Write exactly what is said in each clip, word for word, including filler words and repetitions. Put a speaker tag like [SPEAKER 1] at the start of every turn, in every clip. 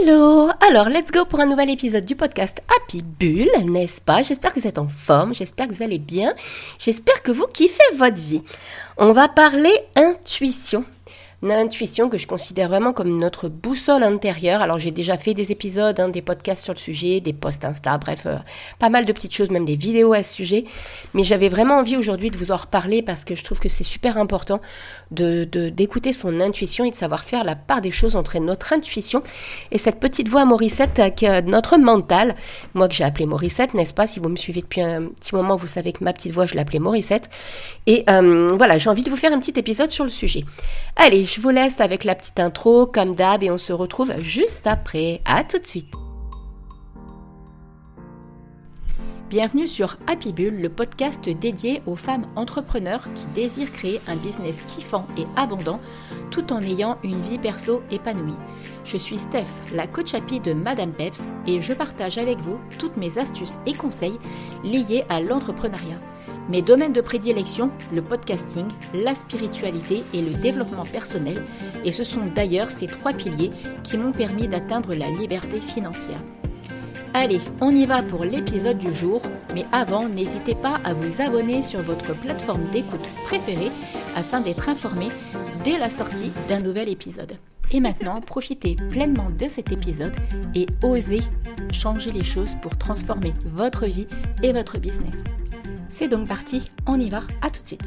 [SPEAKER 1] Hello! Alors, let's go pour un nouvel épisode du podcast Happy Bull, n'est-ce pas? J'espère que vous êtes en forme, j'espère que vous allez bien, j'espère que vous kiffez votre vie. On va parler intuition. Une intuition que je considère vraiment comme notre boussole intérieure. Alors, j'ai déjà fait des épisodes, hein, des podcasts sur le sujet, des posts Insta, bref, euh, pas mal de petites choses, même des vidéos à ce sujet. Mais j'avais vraiment envie aujourd'hui de vous en reparler parce que je trouve que c'est super important de, de, d'écouter son intuition et de savoir faire la part des choses entre notre intuition et cette petite voix Morissette avec euh, notre mental. Moi que j'ai appelé Morissette, n'est-ce pas? Si vous me suivez depuis un petit moment, vous savez que ma petite voix, je l'appelais Morissette. Et euh, voilà, j'ai envie de vous faire un petit épisode sur le sujet. Allez, je vous laisse avec la petite intro, comme d'hab, et on se retrouve juste après. À tout de suite. Bienvenue sur Happy Bull, le podcast dédié aux femmes entrepreneurs qui désirent créer un business kiffant et abondant tout en ayant une vie perso épanouie. Je suis Steph, la coach happy de Madame Peps, et je partage avec vous toutes mes astuces et conseils liés à l'entrepreneuriat. Mes domaines de prédilection, le podcasting, la spiritualité et le développement personnel, et ce sont d'ailleurs ces trois piliers qui m'ont permis d'atteindre la liberté financière. Allez, on y va pour l'épisode du jour, mais avant, n'hésitez pas à vous abonner sur votre plateforme d'écoute préférée afin d'être informé dès la sortie d'un nouvel épisode. Et maintenant, profitez pleinement de cet épisode et osez changer les choses pour transformer votre vie et votre business. C'est donc parti, on y va, à tout de suite.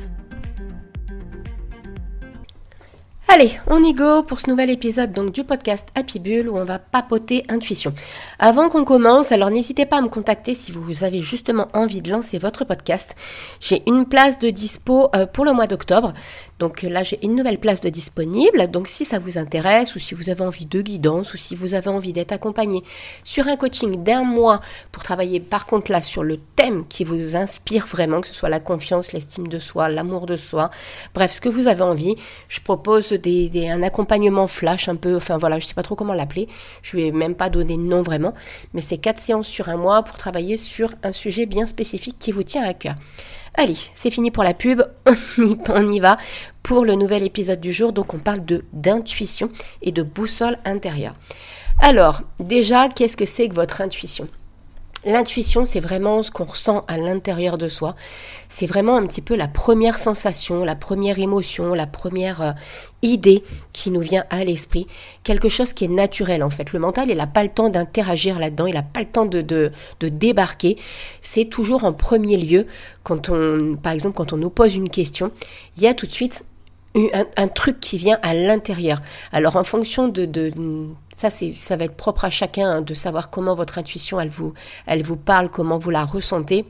[SPEAKER 1] Allez, on y go pour ce nouvel épisode donc du podcast Happy Bull où on va papoter intuition. Avant qu'on commence, alors n'hésitez pas à me contacter si vous avez justement envie de lancer votre podcast. J'ai une place de dispo euh, pour le mois d'octobre. Donc là, j'ai une nouvelle place de disponible. Donc si ça vous intéresse ou si vous avez envie de guidance ou si vous avez envie d'être accompagné sur un coaching d'un mois pour travailler par contre là sur le thème qui vous inspire vraiment, que ce soit la confiance, l'estime de soi, l'amour de soi, bref, ce que vous avez envie, je propose des, des, un accompagnement flash un peu, enfin voilà, je sais pas trop comment l'appeler, je vais même pas donner de nom vraiment, mais c'est quatre séances sur un mois pour travailler sur un sujet bien spécifique qui vous tient à cœur. Allez, c'est fini pour la pub, on y, on y va pour le nouvel épisode du jour. Donc on parle de d'intuition et de boussole intérieure. Alors, déjà, qu'est-ce que c'est que votre intuition ? L'intuition, c'est vraiment ce qu'on ressent à l'intérieur de soi. C'est vraiment un petit peu la première sensation, la première émotion, la première euh, idée qui nous vient à l'esprit. Quelque chose qui est naturel en fait. Le mental, il n'a pas le temps d'interagir là-dedans, il n'a pas le temps de, de, de débarquer. C'est toujours en premier lieu, quand on, par exemple, quand on nous pose une question, il y a tout de suite Un, un truc qui vient à l'intérieur. Alors en fonction de, de ça, c'est, ça va être propre à chacun hein, de savoir comment votre intuition elle vous, elle vous parle, comment vous la ressentez.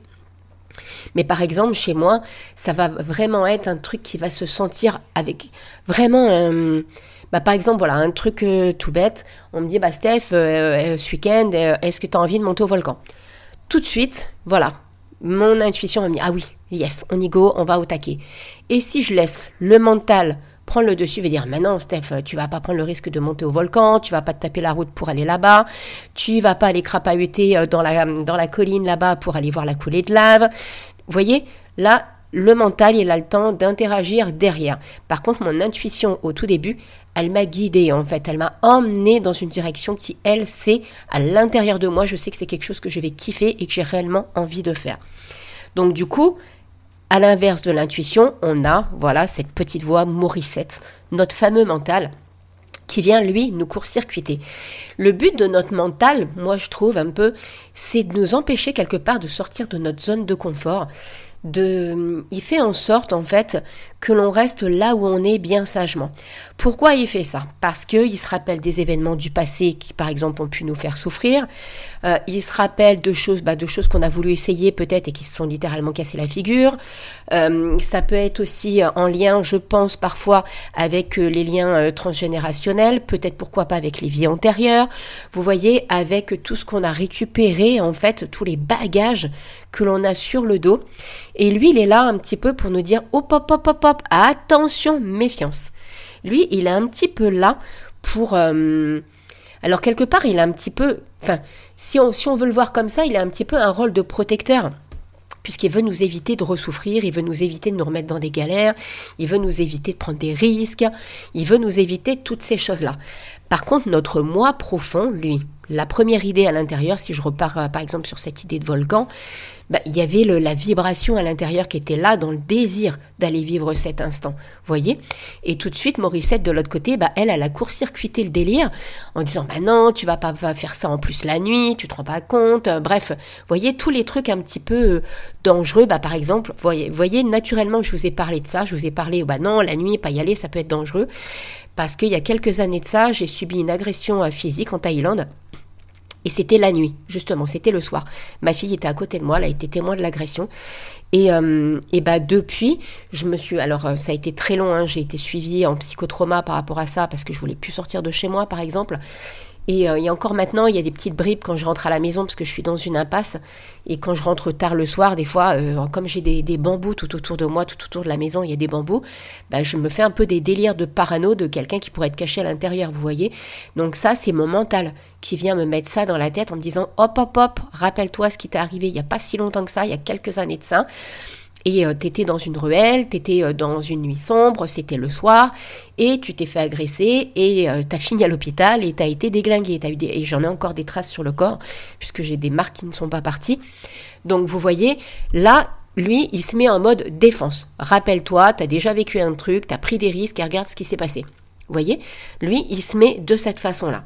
[SPEAKER 1] Mais par exemple chez moi, ça va vraiment être un truc qui va se sentir avec vraiment un, bah par exemple voilà un truc euh, tout bête. On me dit bah Steph, euh, ce week-end, euh, est-ce que tu as envie de monter au volcan? Tout de suite, voilà, mon intuition me dit ah oui. Yes, on y go, on va au taquet. Et si je laisse le mental prendre le dessus, je vais dire, mais non, Steph, tu vas pas prendre le risque de monter au volcan, tu vas pas te taper la route pour aller là-bas, tu vas pas aller crapahuter dans la, dans la colline là-bas pour aller voir la coulée de lave. Vous voyez, là, le mental, il a le temps d'interagir derrière. Par contre, mon intuition, au tout début, elle m'a guidée, en fait. Elle m'a emmenée dans une direction qui, elle, c'est à l'intérieur de moi. Je sais que c'est quelque chose que je vais kiffer et que j'ai réellement envie de faire. Donc, du coup, à l'inverse de l'intuition, on a voilà cette petite voix Morissette, notre fameux mental, qui vient, lui, nous court-circuiter. Le but de notre mental, moi je trouve un peu, c'est de nous empêcher quelque part de sortir de notre zone de confort. De, il fait en sorte, en fait, que l'on reste là où on est bien sagement. Pourquoi il fait ça? Parce qu'il se rappelle des événements du passé qui, par exemple, ont pu nous faire souffrir. Euh, il se rappelle de choses, bah, de choses qu'on a voulu essayer peut-être et qui se sont littéralement cassées la figure. Euh, ça peut être aussi en lien, je pense, parfois avec euh, les liens euh, transgénérationnels, peut-être pourquoi pas avec les vies antérieures. Vous voyez, avec tout ce qu'on a récupéré, en fait, tous les bagages que l'on a sur le dos. Et lui, il est là un petit peu pour nous dire hop, hop, hop, hop, hop, attention, méfiance. Lui, il est un petit peu là pour... Euh, alors, quelque part, il a un petit peu... Enfin, si on, si on veut le voir comme ça, il a un petit peu un rôle de protecteur. Puisqu'il veut nous éviter de ressouffrir, il veut nous éviter de nous remettre dans des galères, il veut nous éviter de prendre des risques, il veut nous éviter toutes ces choses-là. Par contre, notre moi profond, lui, la première idée à l'intérieur, si je repars euh, par exemple sur cette idée de volcan, bah, il y avait le, la vibration à l'intérieur qui était là dans le désir d'aller vivre cet instant, voyez. Et tout de suite, Morissette, de l'autre côté, bah, elle, elle a court-circuité le délire en disant, bah non, tu vas pas va faire ça en plus la nuit, tu te rends pas compte, euh, bref, voyez, tous les trucs un petit peu euh, dangereux, bah, par exemple, voyez, voyez, naturellement, je vous ai parlé de ça, je vous ai parlé, bah non, la nuit, pas y aller, ça peut être dangereux, parce qu'il y a quelques années de ça, j'ai subi une agression euh, physique en Thaïlande. Et c'était la nuit, justement, c'était le soir. Ma fille était à côté de moi, elle a été témoin de l'agression. Et, euh, et bah depuis, je me suis... Alors, ça a été très long, hein, j'ai été suivie en psychotrauma par rapport à ça, parce que je voulais plus sortir de chez moi, par exemple. Et, euh, et encore maintenant, il y a des petites bribes quand je rentre à la maison, parce que je suis dans une impasse. Et quand je rentre tard le soir, des fois, euh, comme j'ai des, des bambous tout autour de moi, tout autour de la maison, il y a des bambous, bah, je me fais un peu des délires de parano de quelqu'un qui pourrait être caché à l'intérieur, vous voyez. Donc ça, c'est mon mental qui vient me mettre ça dans la tête en me disant « Hop, hop, hop, rappelle-toi ce qui t'est arrivé il n'y a pas si longtemps que ça, il y a quelques années de ça. » Et euh, t'étais dans une ruelle, t'étais euh, dans une nuit sombre, c'était le soir, et tu t'es fait agresser, et euh, t'as fini à l'hôpital, et t'as été déglingué. T'as eu des... Et j'en ai encore des traces sur le corps, puisque j'ai des marques qui ne sont pas parties. Donc vous voyez, là, lui, il se met en mode défense. Rappelle-toi, t'as déjà vécu un truc, t'as pris des risques, et regarde ce qui s'est passé. Vous voyez, lui, il se met de cette façon-là.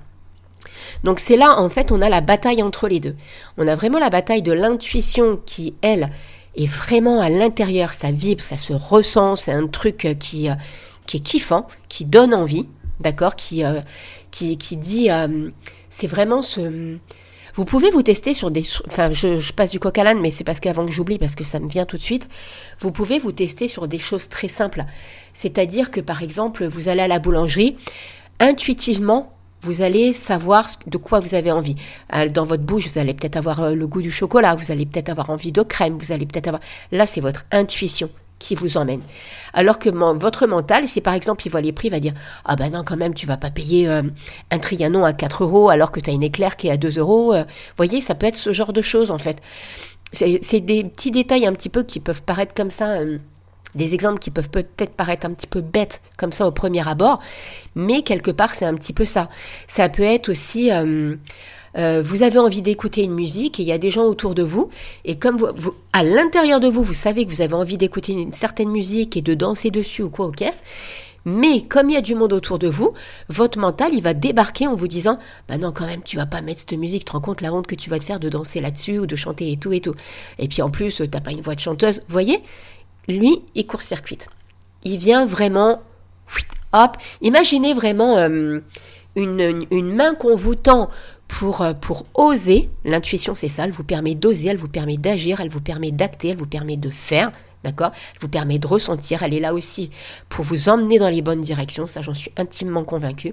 [SPEAKER 1] Donc c'est là, en fait, on a la bataille entre les deux. On a vraiment la bataille de l'intuition qui, elle, est vraiment à l'intérieur, ça vibre, ça se ressent, c'est un truc qui, euh, qui est kiffant, qui donne envie, d'accord, qui, euh, qui, qui dit, euh, c'est vraiment ce... Vous pouvez vous tester sur des... Enfin, je, je passe du coq à l'âne, mais c'est parce qu'avant que j'oublie, parce que ça me vient tout de suite, vous pouvez vous tester sur des choses très simples. C'est-à-dire que, par exemple, vous allez à la boulangerie, intuitivement, vous allez savoir de quoi vous avez envie. Dans votre bouche, vous allez peut-être avoir le goût du chocolat, vous allez peut-être avoir envie de crème, vous allez peut-être avoir... Là, c'est votre intuition qui vous emmène. Alors que mon, votre mental, si par exemple, il voit les prix, il va dire « Ah ben non, quand même, tu vas pas payer euh, un Trianon à quatre euros alors que tu as une éclair qui est à deux euros. Euh, » Vous voyez, ça peut être ce genre de choses, en fait. C'est, c'est des petits détails un petit peu qui peuvent paraître comme ça... Euh, des exemples qui peuvent peut-être paraître un petit peu bêtes comme ça au premier abord, mais quelque part c'est un petit peu ça. Ça peut être aussi, euh, euh, vous avez envie d'écouter une musique et il y a des gens autour de vous, et comme vous, vous, à l'intérieur de vous, vous savez que vous avez envie d'écouter une certaine musique et de danser dessus ou quoi aux caisses, mais comme il y a du monde autour de vous, votre mental, il va débarquer en vous disant « Bah non, quand même, tu vas pas mettre cette musique, tu te rends compte la honte que tu vas te faire de danser là-dessus ou de chanter et tout et tout. Et puis en plus, t'as pas une voix de chanteuse. » Vous voyez ? Lui, il court-circuite. Il vient vraiment, hop, imaginez vraiment euh, une, une, une main qu'on vous tend pour, pour oser. L'intuition, c'est ça, elle vous permet d'oser, elle vous permet d'agir, elle vous permet d'acter, elle vous permet de faire, d'accord ? Elle vous permet de ressentir, elle est là aussi pour vous emmener dans les bonnes directions, ça j'en suis intimement convaincue.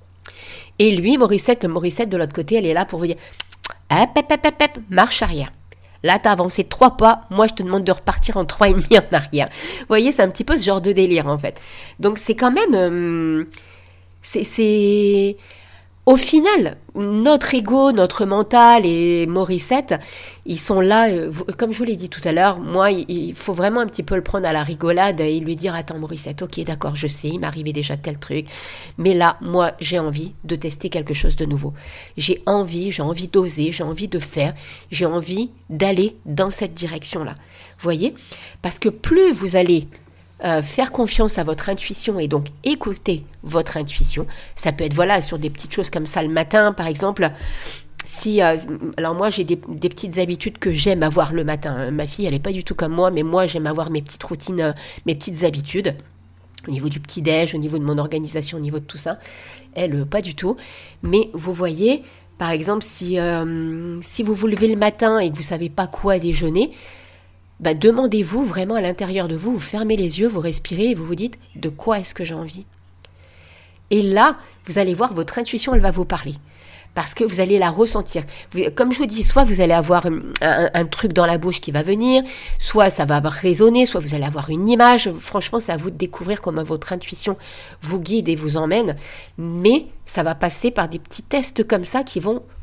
[SPEAKER 1] Et lui, Morissette, Morissette de l'autre côté, elle est là pour vous dire, hop, hop, hop, hop, hop, marche arrière. Là, t'as avancé trois pas, moi je te demande de repartir en trois et demi en arrière. Vous voyez, c'est un petit peu ce genre de délire en fait. Donc c'est quand même... Euh, c'est, c'est... Au final, notre ego, notre mental et Morissette, ils sont là, euh, comme je vous l'ai dit tout à l'heure, moi, il faut vraiment un petit peu le prendre à la rigolade et lui dire « Attends Morissette, ok d'accord, je sais, il m'arrivait déjà tel truc, mais là, moi, j'ai envie de tester quelque chose de nouveau. J'ai envie, j'ai envie d'oser, j'ai envie de faire, j'ai envie d'aller dans cette direction-là. » Vous voyez ? Parce que plus vous allez... Euh, faire confiance à votre intuition et donc écouter votre intuition. Ça peut être voilà sur des petites choses comme ça le matin, par exemple. Si euh, alors moi j'ai des, des petites habitudes que j'aime avoir le matin. Ma fille elle est pas du tout comme moi, mais moi j'aime avoir mes petites routines, euh, mes petites habitudes au niveau du petit déj, au niveau de mon organisation, au niveau de tout ça. Elle euh, pas du tout. Mais vous voyez, par exemple si euh, si vous vous levez le matin et que vous savez pas quoi déjeuner. Bah, demandez-vous vraiment à l'intérieur de vous, vous fermez les yeux, vous respirez et vous vous dites de quoi est-ce que j'ai envie. Et là, vous allez voir, votre intuition, elle va vous parler. Parce que vous allez la ressentir. Vous, comme je vous dis, soit vous allez avoir un, un, un truc dans la bouche qui va venir, soit ça va résonner, soit vous allez avoir une image. Franchement, c'est à vous de découvrir comment votre intuition vous guide et vous emmène. Mais ça va passer par des petits tests comme ça qui vont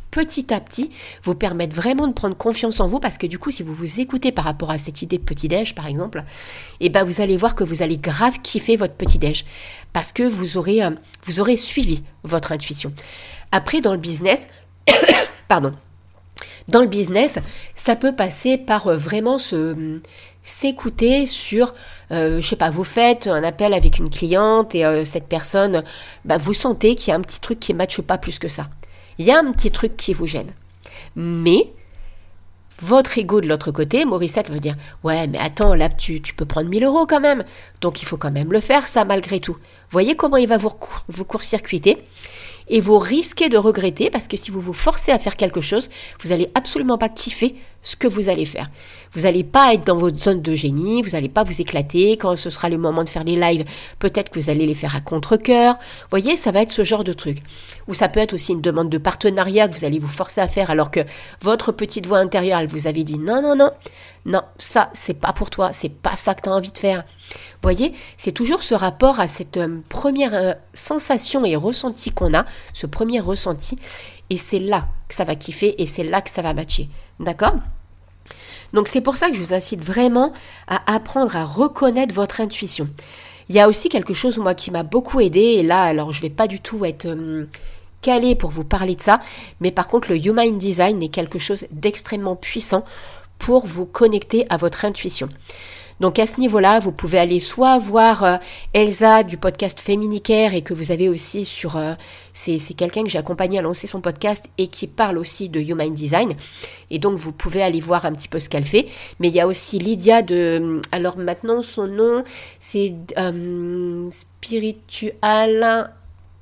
[SPEAKER 1] petit à petit, vous permettre vraiment de prendre confiance en vous, parce que du coup, si vous vous écoutez par rapport à cette idée de petit-déj, par exemple, et ben vous allez voir que vous allez grave kiffer votre petit-déj, parce que vous aurez, euh, vous aurez suivi votre intuition. Après, dans le business, pardon, dans le business, ça peut passer par euh, vraiment se, s'écouter sur, euh, je sais pas, vous faites un appel avec une cliente et euh, cette personne, bah, vous sentez qu'il y a un petit truc qui ne matche pas plus que ça. Il y a un petit truc qui vous gêne. Mais votre ego de l'autre côté, Morissette veut dire « Ouais, mais attends, là, tu, tu peux prendre mille euros quand même. Donc, il faut quand même le faire, ça, malgré tout. » Voyez comment il va vous, recour- vous court-circuiter et vous risquez de regretter, parce que si vous vous forcez à faire quelque chose, vous n'allez absolument pas kiffer ce que vous allez faire. Vous n'allez pas être dans votre zone de génie, vous n'allez pas vous éclater. Quand ce sera le moment de faire les lives, peut-être que vous allez les faire à contre-cœur. Vous voyez, ça va être ce genre de truc. Ou ça peut être aussi une demande de partenariat que vous allez vous forcer à faire alors que votre petite voix intérieure, elle vous avait dit non, non, non, non, ça, c'est pas pour toi, c'est pas ça que tu as envie de faire. Vous voyez, c'est toujours ce rapport à cette euh, première euh, sensation et ressenti qu'on a, ce premier ressenti, et c'est là que ça va kiffer et c'est là que ça va matcher. D'accord ? Donc c'est pour ça que je vous incite vraiment à apprendre à reconnaître votre intuition. Il y a aussi quelque chose, moi, qui m'a beaucoup aidé, et là, alors je vais pas du tout être euh, calée pour vous parler de ça, mais par contre, le Human Design est quelque chose d'extrêmement puissant pour vous connecter à votre intuition. Donc à ce niveau-là, vous pouvez aller soit voir euh, Elsa du podcast Féminicare, et que vous avez aussi sur... Euh, c'est, c'est quelqu'un que j'ai accompagné à lancer son podcast et qui parle aussi de Human Design. Et donc vous pouvez aller voir un petit peu ce qu'elle fait. Mais il y a aussi Lydia de... Alors maintenant son nom c'est euh, Spiritual...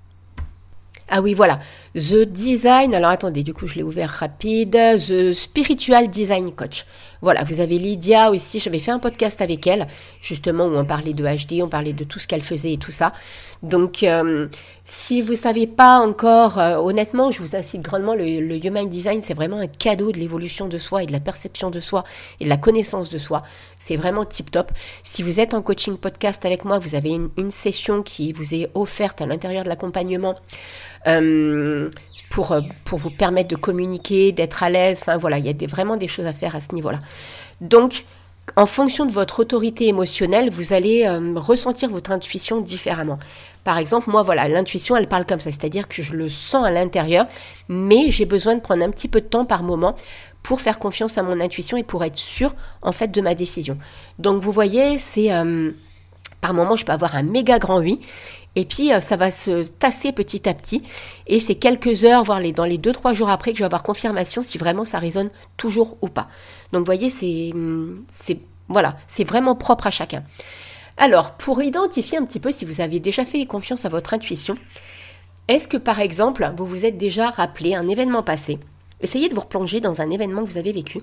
[SPEAKER 1] Ah oui, voilà. The Design, alors attendez, du coup je l'ai ouvert rapide. The Spiritual Design Coach. Voilà, vous avez Lydia aussi, j'avais fait un podcast avec elle, justement, où on parlait de H D, on parlait de tout ce qu'elle faisait et tout ça. Donc, euh, si vous ne savez pas encore, euh, honnêtement, je vous incite grandement, le, le Human Design, c'est vraiment un cadeau de l'évolution de soi et de la perception de soi et de la connaissance de soi. C'est vraiment tip top. Si vous êtes en coaching podcast avec moi, vous avez une, une session qui vous est offerte à l'intérieur de l'accompagnement euh, pour, pour vous permettre de communiquer, d'être à l'aise. Enfin voilà, il y a des, vraiment des choses à faire à ce niveau-là. Donc, en fonction de votre autorité émotionnelle, vous allez euh, ressentir votre intuition différemment. Par exemple, moi, voilà, l'intuition, elle parle comme ça, c'est-à-dire que je le sens à l'intérieur, mais j'ai besoin de prendre un petit peu de temps par moment pour faire confiance à mon intuition et pour être sûre, en fait, de ma décision. Donc, vous voyez, c'est... Euh, par moment, je peux avoir un méga grand oui, et puis euh, ça va se tasser petit à petit, et c'est quelques heures, voire les, dans les deux trois jours après que je vais avoir confirmation si vraiment ça résonne toujours ou pas. Donc, vous voyez, c'est, c'est, voilà, c'est vraiment propre à chacun. Alors, pour identifier un petit peu si vous avez déjà fait confiance à votre intuition, est-ce que, par exemple, vous vous êtes déjà rappelé un événement passé ? Essayez de vous replonger dans un événement que vous avez vécu.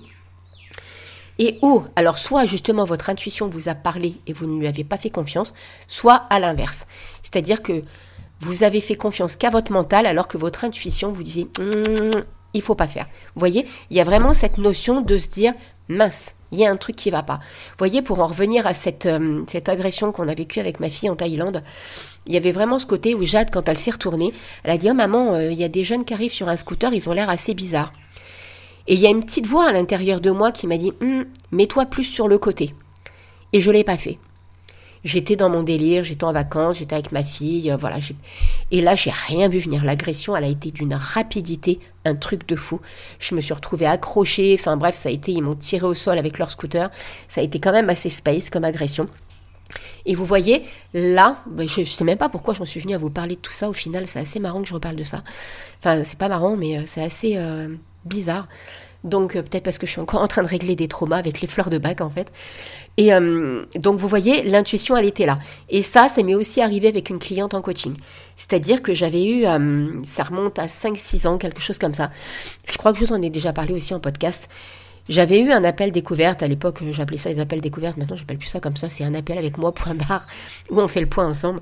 [SPEAKER 1] Et où, alors soit justement votre intuition vous a parlé et vous ne lui avez pas fait confiance, soit à l'inverse. C'est-à-dire que vous avez fait confiance qu'à votre mental alors que votre intuition vous disait mmm, il faut pas faire. Vous voyez, il y a vraiment cette notion de se dire mince, il y a un truc qui va pas. Vous voyez, pour en revenir à cette, euh, cette agression qu'on a vécue avec ma fille en Thaïlande, il y avait vraiment ce côté où Jade, quand elle s'est retournée, elle a dit oh, maman, euh, il y a des jeunes qui arrivent sur un scooter, ils ont l'air assez bizarres. Et il y a une petite voix à l'intérieur de moi qui m'a dit hm, « mets-toi plus sur le côté ». Et je ne l'ai pas fait. J'étais dans mon délire, j'étais en vacances, j'étais avec ma fille, euh, voilà. J'ai... Et là, j'ai rien vu venir. L'agression, elle a été d'une rapidité, un truc de fou. Je me suis retrouvée accrochée, enfin bref, ça a été, ils m'ont tiré au sol avec leur scooter. Ça a été quand même assez space comme agression. Et vous voyez, là, je ne sais même pas pourquoi j'en suis venue à vous parler de tout ça. Au final, c'est assez marrant que je reparle de ça. Enfin, c'est pas marrant, mais c'est assez... Euh... bizarre, donc euh, peut-être parce que je suis encore en train de régler des traumas avec les fleurs de bac en fait, et euh, donc vous voyez, l'intuition elle était là, et ça, ça m'est aussi arrivé avec une cliente en coaching, c'est-à-dire que j'avais eu, euh, ça remonte à cinq six ans, quelque chose comme ça, je crois que je vous en ai déjà parlé aussi en podcast, j'avais eu un appel découverte, à l'époque j'appelais ça les appels découvertes, maintenant j'appelle plus ça comme ça, c'est un appel avec moi, point barre, où on fait le point ensemble.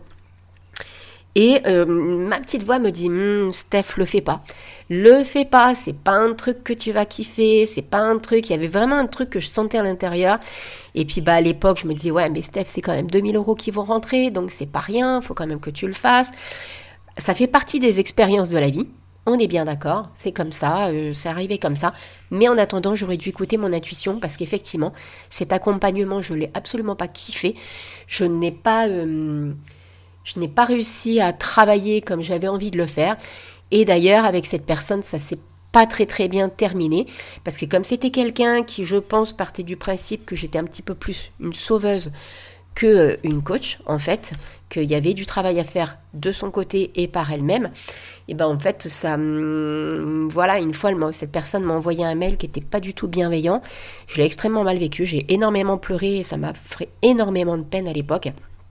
[SPEAKER 1] Et euh, ma petite voix me dit hm, « Steph, le fais pas. Le fais pas, c'est pas un truc que tu vas kiffer, c'est pas un truc... » Il y avait vraiment un truc que je sentais à l'intérieur. Et puis bah, à l'époque, je me disais « Ouais, mais Steph, c'est quand même deux mille euros qui vont rentrer, donc c'est pas rien, faut quand même que tu le fasses. » Ça fait partie des expériences de la vie. On est bien d'accord, c'est comme ça, euh, c'est arrivé comme ça. Mais en attendant, j'aurais dû écouter mon intuition parce qu'effectivement, cet accompagnement, je ne l'ai absolument pas kiffé. Je n'ai pas, euh, je n'ai pas réussi à travailler comme j'avais envie de le faire. Et d'ailleurs, avec cette personne, ça s'est pas très très bien terminé. Parce que comme c'était quelqu'un qui, je pense, partait du principe que j'étais un petit peu plus une sauveuse que une coach, en fait, qu'il y avait du travail à faire de son côté et par elle-même, et ben en fait, ça, hum, voilà, une fois, elle cette personne m'a envoyé un mail qui n'était pas du tout bienveillant. Je l'ai extrêmement mal vécu, j'ai énormément pleuré et ça m'a fait énormément de peine à l'époque.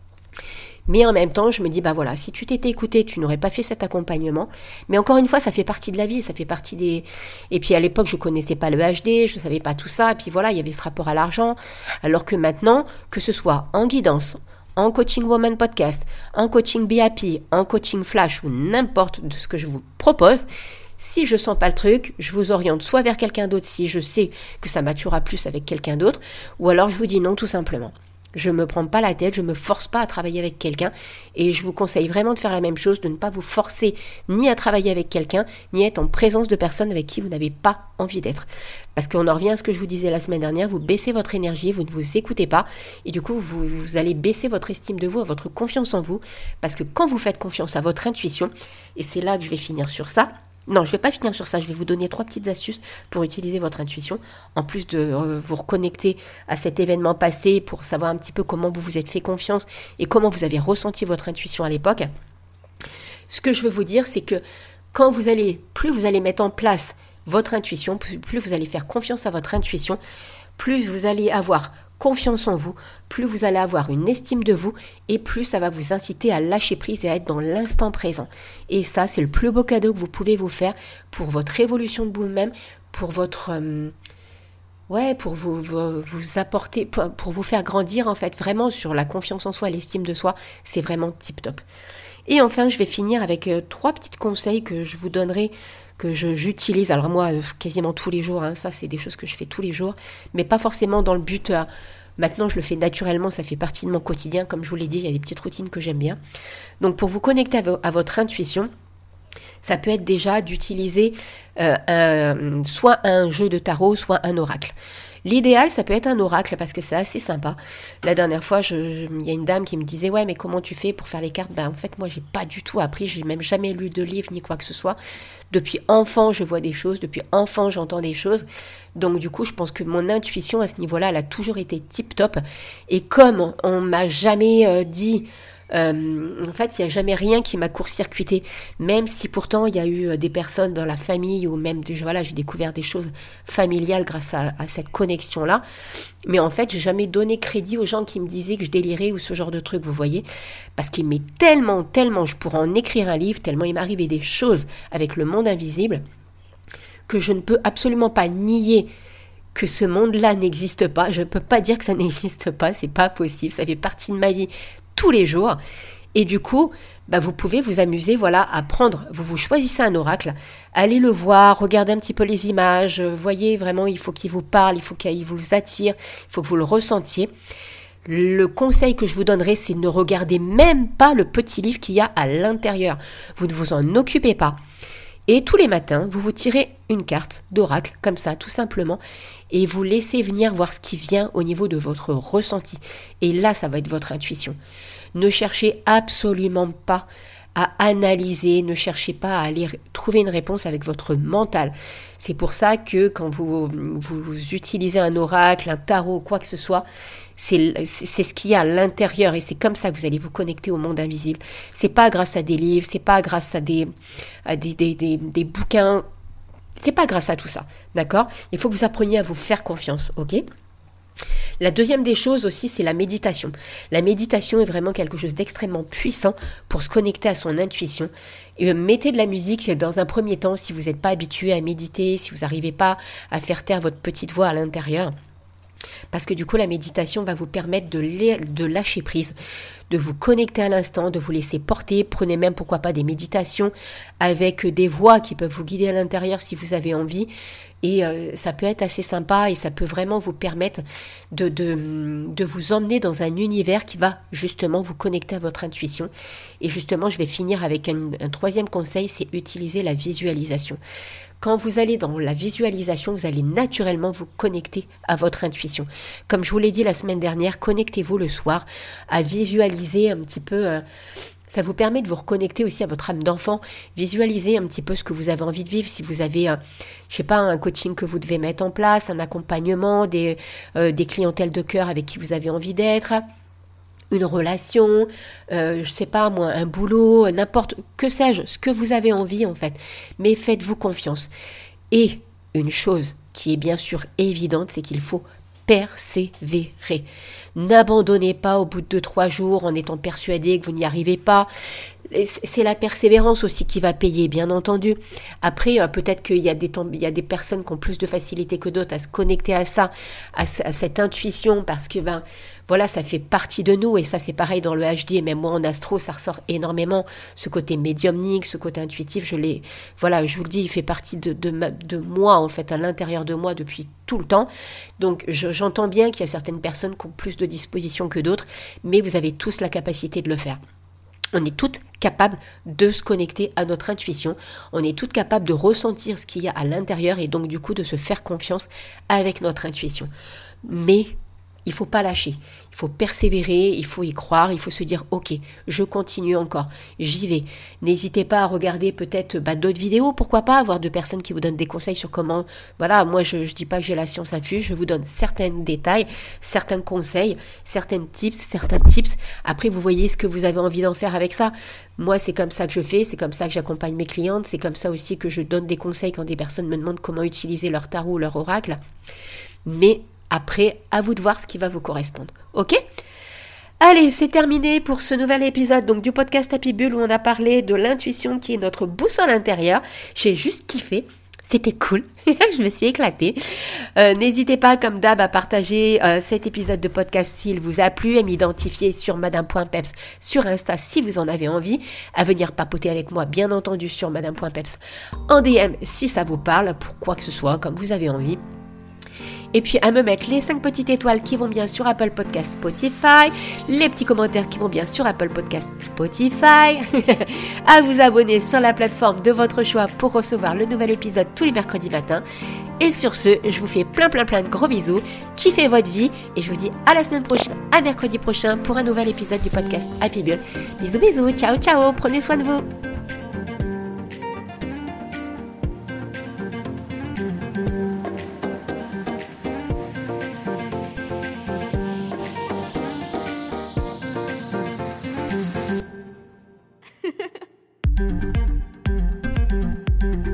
[SPEAKER 1] Mais en même temps, je me dis, bah voilà, si tu t'étais écouté, tu n'aurais pas fait cet accompagnement. Mais encore une fois, ça fait partie de la vie, ça fait partie des... Et puis à l'époque, je connaissais pas le H D, je ne savais pas tout ça. Et puis voilà, il y avait ce rapport à l'argent. Alors que maintenant, que ce soit en guidance, en coaching woman podcast, en coaching B A P, en coaching flash ou n'importe de ce que je vous propose, si je sens pas le truc, je vous oriente soit vers quelqu'un d'autre si je sais que ça maturera plus avec quelqu'un d'autre, ou alors je vous dis non tout simplement. Je ne me prends pas la tête, je ne me force pas à travailler avec quelqu'un et je vous conseille vraiment de faire la même chose, de ne pas vous forcer ni à travailler avec quelqu'un, ni à être en présence de personnes avec qui vous n'avez pas envie d'être. Parce qu'on en revient à ce que je vous disais la semaine dernière, vous baissez votre énergie, vous ne vous écoutez pas et du coup vous, vous allez baisser votre estime de vous, votre confiance en vous, parce que quand vous faites confiance à votre intuition, et c'est là que je vais finir sur ça, non, je ne vais pas finir sur ça, je vais vous donner trois petites astuces pour utiliser votre intuition, en plus de euh, vous reconnecter à cet événement passé pour savoir un petit peu comment vous vous êtes fait confiance et comment vous avez ressenti votre intuition à l'époque. Ce que je veux vous dire, c'est que quand vous allez, plus vous allez mettre en place votre intuition, plus, plus vous allez faire confiance à votre intuition, plus vous allez avoir confiance en vous, plus vous allez avoir une estime de vous et plus ça va vous inciter à lâcher prise et à être dans l'instant présent. Et ça, c'est le plus beau cadeau que vous pouvez vous faire pour votre évolution de vous-même, pour votre... Euh, ouais, pour vous, vous, vous apporter, pour, pour vous faire grandir en fait, vraiment sur la confiance en soi, l'estime de soi, c'est vraiment tip top. Et enfin, je vais finir avec euh, trois petits conseils que je vous donnerai, que je, j'utilise, alors moi, euh, quasiment tous les jours, hein, ça c'est des choses que je fais tous les jours, mais pas forcément dans le but, euh, maintenant je le fais naturellement, ça fait partie de mon quotidien, comme je vous l'ai dit, il y a des petites routines que j'aime bien. Donc pour vous connecter à, vo- à votre intuition, ça peut être déjà d'utiliser euh, un, soit un jeu de tarot, soit un oracle. L'idéal, ça peut être un oracle parce que c'est assez sympa. La dernière fois, je, je, il y a une dame qui me disait « Ouais, mais comment tu fais pour faire les cartes ?» Ben en fait, moi, j'ai pas du tout appris. J'ai même jamais lu de livre ni quoi que ce soit. Depuis enfant, je vois des choses. Depuis enfant, j'entends des choses. Donc du coup, je pense que mon intuition à ce niveau-là, elle a toujours été tip top. Et comme on m'a jamais euh, dit... Euh, en fait, il n'y a jamais rien qui m'a court-circuité, même si pourtant il y a eu des personnes dans la famille ou même des, voilà, j'ai découvert des choses familiales grâce à, à cette connexion-là. Mais en fait, j'ai jamais donné crédit aux gens qui me disaient que je délirais ou ce genre de truc, vous voyez, parce qu'il m'est tellement, tellement, je pourrais en écrire un livre, tellement il m'arrivait des choses avec le monde invisible que je ne peux absolument pas nier que ce monde-là n'existe pas. Je ne peux pas dire que ça n'existe pas, c'est pas possible, ça fait partie de ma vie tous les jours. Et du coup, bah vous pouvez vous amuser, voilà, à prendre, vous vous choisissez un oracle, allez le voir, regardez un petit peu les images, voyez vraiment, il faut qu'il vous parle, il faut qu'il vous attire, il faut que vous le ressentiez. Le conseil que je vous donnerai, c'est ne regardez même pas le petit livre qu'il y a à l'intérieur. Vous ne vous en occupez pas. Et tous les matins, vous vous tirez une carte d'oracle, comme ça, tout simplement, et vous laissez venir voir ce qui vient au niveau de votre ressenti. Et là, ça va être votre intuition. Ne cherchez absolument pas à analyser, ne cherchez pas à aller trouver une réponse avec votre mental. C'est pour ça que quand vous, vous utilisez un oracle, un tarot, quoi que ce soit, c'est, c'est ce qu'il y a à l'intérieur et c'est comme ça que vous allez vous connecter au monde invisible. C'est pas grâce à des livres, c'est pas grâce à des, à des, des, des, des bouquins, c'est pas grâce à tout ça, d'accord ? Il faut que vous appreniez à vous faire confiance, ok ? La deuxième des choses aussi, c'est la méditation. La méditation est vraiment quelque chose d'extrêmement puissant pour se connecter à son intuition. Et mettez de la musique, c'est dans un premier temps, si vous n'êtes pas habitué à méditer, si vous n'arrivez pas à faire taire votre petite voix à l'intérieur. Parce que du coup, la méditation va vous permettre de, de lâcher prise, de vous connecter à l'instant, de vous laisser porter. Prenez même pourquoi pas des méditations avec des voix qui peuvent vous guider à l'intérieur si vous avez envie. Et euh, ça peut être assez sympa et ça peut vraiment vous permettre de, de, de vous emmener dans un univers qui va justement vous connecter à votre intuition. Et justement, je vais finir avec un, un troisième conseil, c'est utiliser la visualisation. Quand vous allez dans la visualisation, vous allez naturellement vous connecter à votre intuition. Comme je vous l'ai dit la semaine dernière, connectez-vous le soir à visualiser un petit peu... Euh, Ça vous permet de vous reconnecter aussi à votre âme d'enfant, visualiser un petit peu ce que vous avez envie de vivre, si vous avez, euh, je sais pas, un coaching que vous devez mettre en place, un accompagnement, des, euh, des clientèles de cœur avec qui vous avez envie d'être, une relation, euh, je sais pas moi, un boulot, n'importe, que sais-je, ce que vous avez envie en fait. Mais faites-vous confiance. Et une chose qui est bien sûr évidente, c'est qu'il faut persévérer. N'abandonnez pas au bout de deux, trois jours en étant persuadé que vous n'y arrivez pas. C'est la persévérance aussi qui va payer, bien entendu. Après, euh, peut-être qu'il y a des temps, il y a des personnes qui ont plus de facilité que d'autres à se connecter à ça, à, à cette intuition, parce que ben voilà, ça fait partie de nous. Et ça, c'est pareil dans le H D, et même moi en astro, ça ressort énormément. Ce côté médiumnique, ce côté intuitif, je l'ai, voilà, je vous le dis, il fait partie de, de, ma, de moi, en fait, à l'intérieur de moi depuis tout le temps. Donc, je, j'entends bien qu'il y a certaines personnes qui ont plus de disposition que d'autres, mais vous avez tous la capacité de le faire. On est toutes capables de se connecter à notre intuition. On est toutes capables de ressentir ce qu'il y a à l'intérieur et donc du coup de se faire confiance avec notre intuition. Mais il ne faut pas lâcher. Il faut persévérer, il faut y croire, il faut se dire « Ok, je continue encore, j'y vais ». N'hésitez pas à regarder peut-être bah, d'autres vidéos, pourquoi pas, avoir de personnes qui vous donnent des conseils sur comment... Voilà, moi je ne dis pas que j'ai la science infuse, je vous donne certains détails, certains conseils, certains tips, certains tips. Après, vous voyez ce que vous avez envie d'en faire avec ça. Moi, c'est comme ça que je fais, c'est comme ça que j'accompagne mes clientes, c'est comme ça aussi que je donne des conseils quand des personnes me demandent comment utiliser leur tarot ou leur oracle. Mais... après, à vous de voir ce qui va vous correspondre. Ok ? Allez, c'est terminé pour ce nouvel épisode donc, du podcast Happy Bull où on a parlé de l'intuition qui est notre boussole intérieure. J'ai juste kiffé. C'était cool. Je me suis éclatée. Euh, n'hésitez pas, comme d'hab, à partager euh, cet épisode de podcast s'il vous a plu, à m'identifier sur madame point peps sur Insta si vous en avez envie, à venir papoter avec moi, bien entendu, sur madame point peps en D M si ça vous parle, pour quoi que ce soit, comme vous avez envie. Et puis à me mettre les cinq petites étoiles qui vont bien sur Apple Podcast Spotify, les petits commentaires qui vont bien sur Apple Podcast Spotify, à vous abonner sur la plateforme de votre choix pour recevoir le nouvel épisode tous les mercredis matins. Et sur ce, je vous fais plein plein plein de gros bisous, kiffez votre vie et je vous dis à la semaine prochaine, à mercredi prochain pour un nouvel épisode du podcast Happy Bull. Bisous bisous, ciao ciao, prenez soin de vous.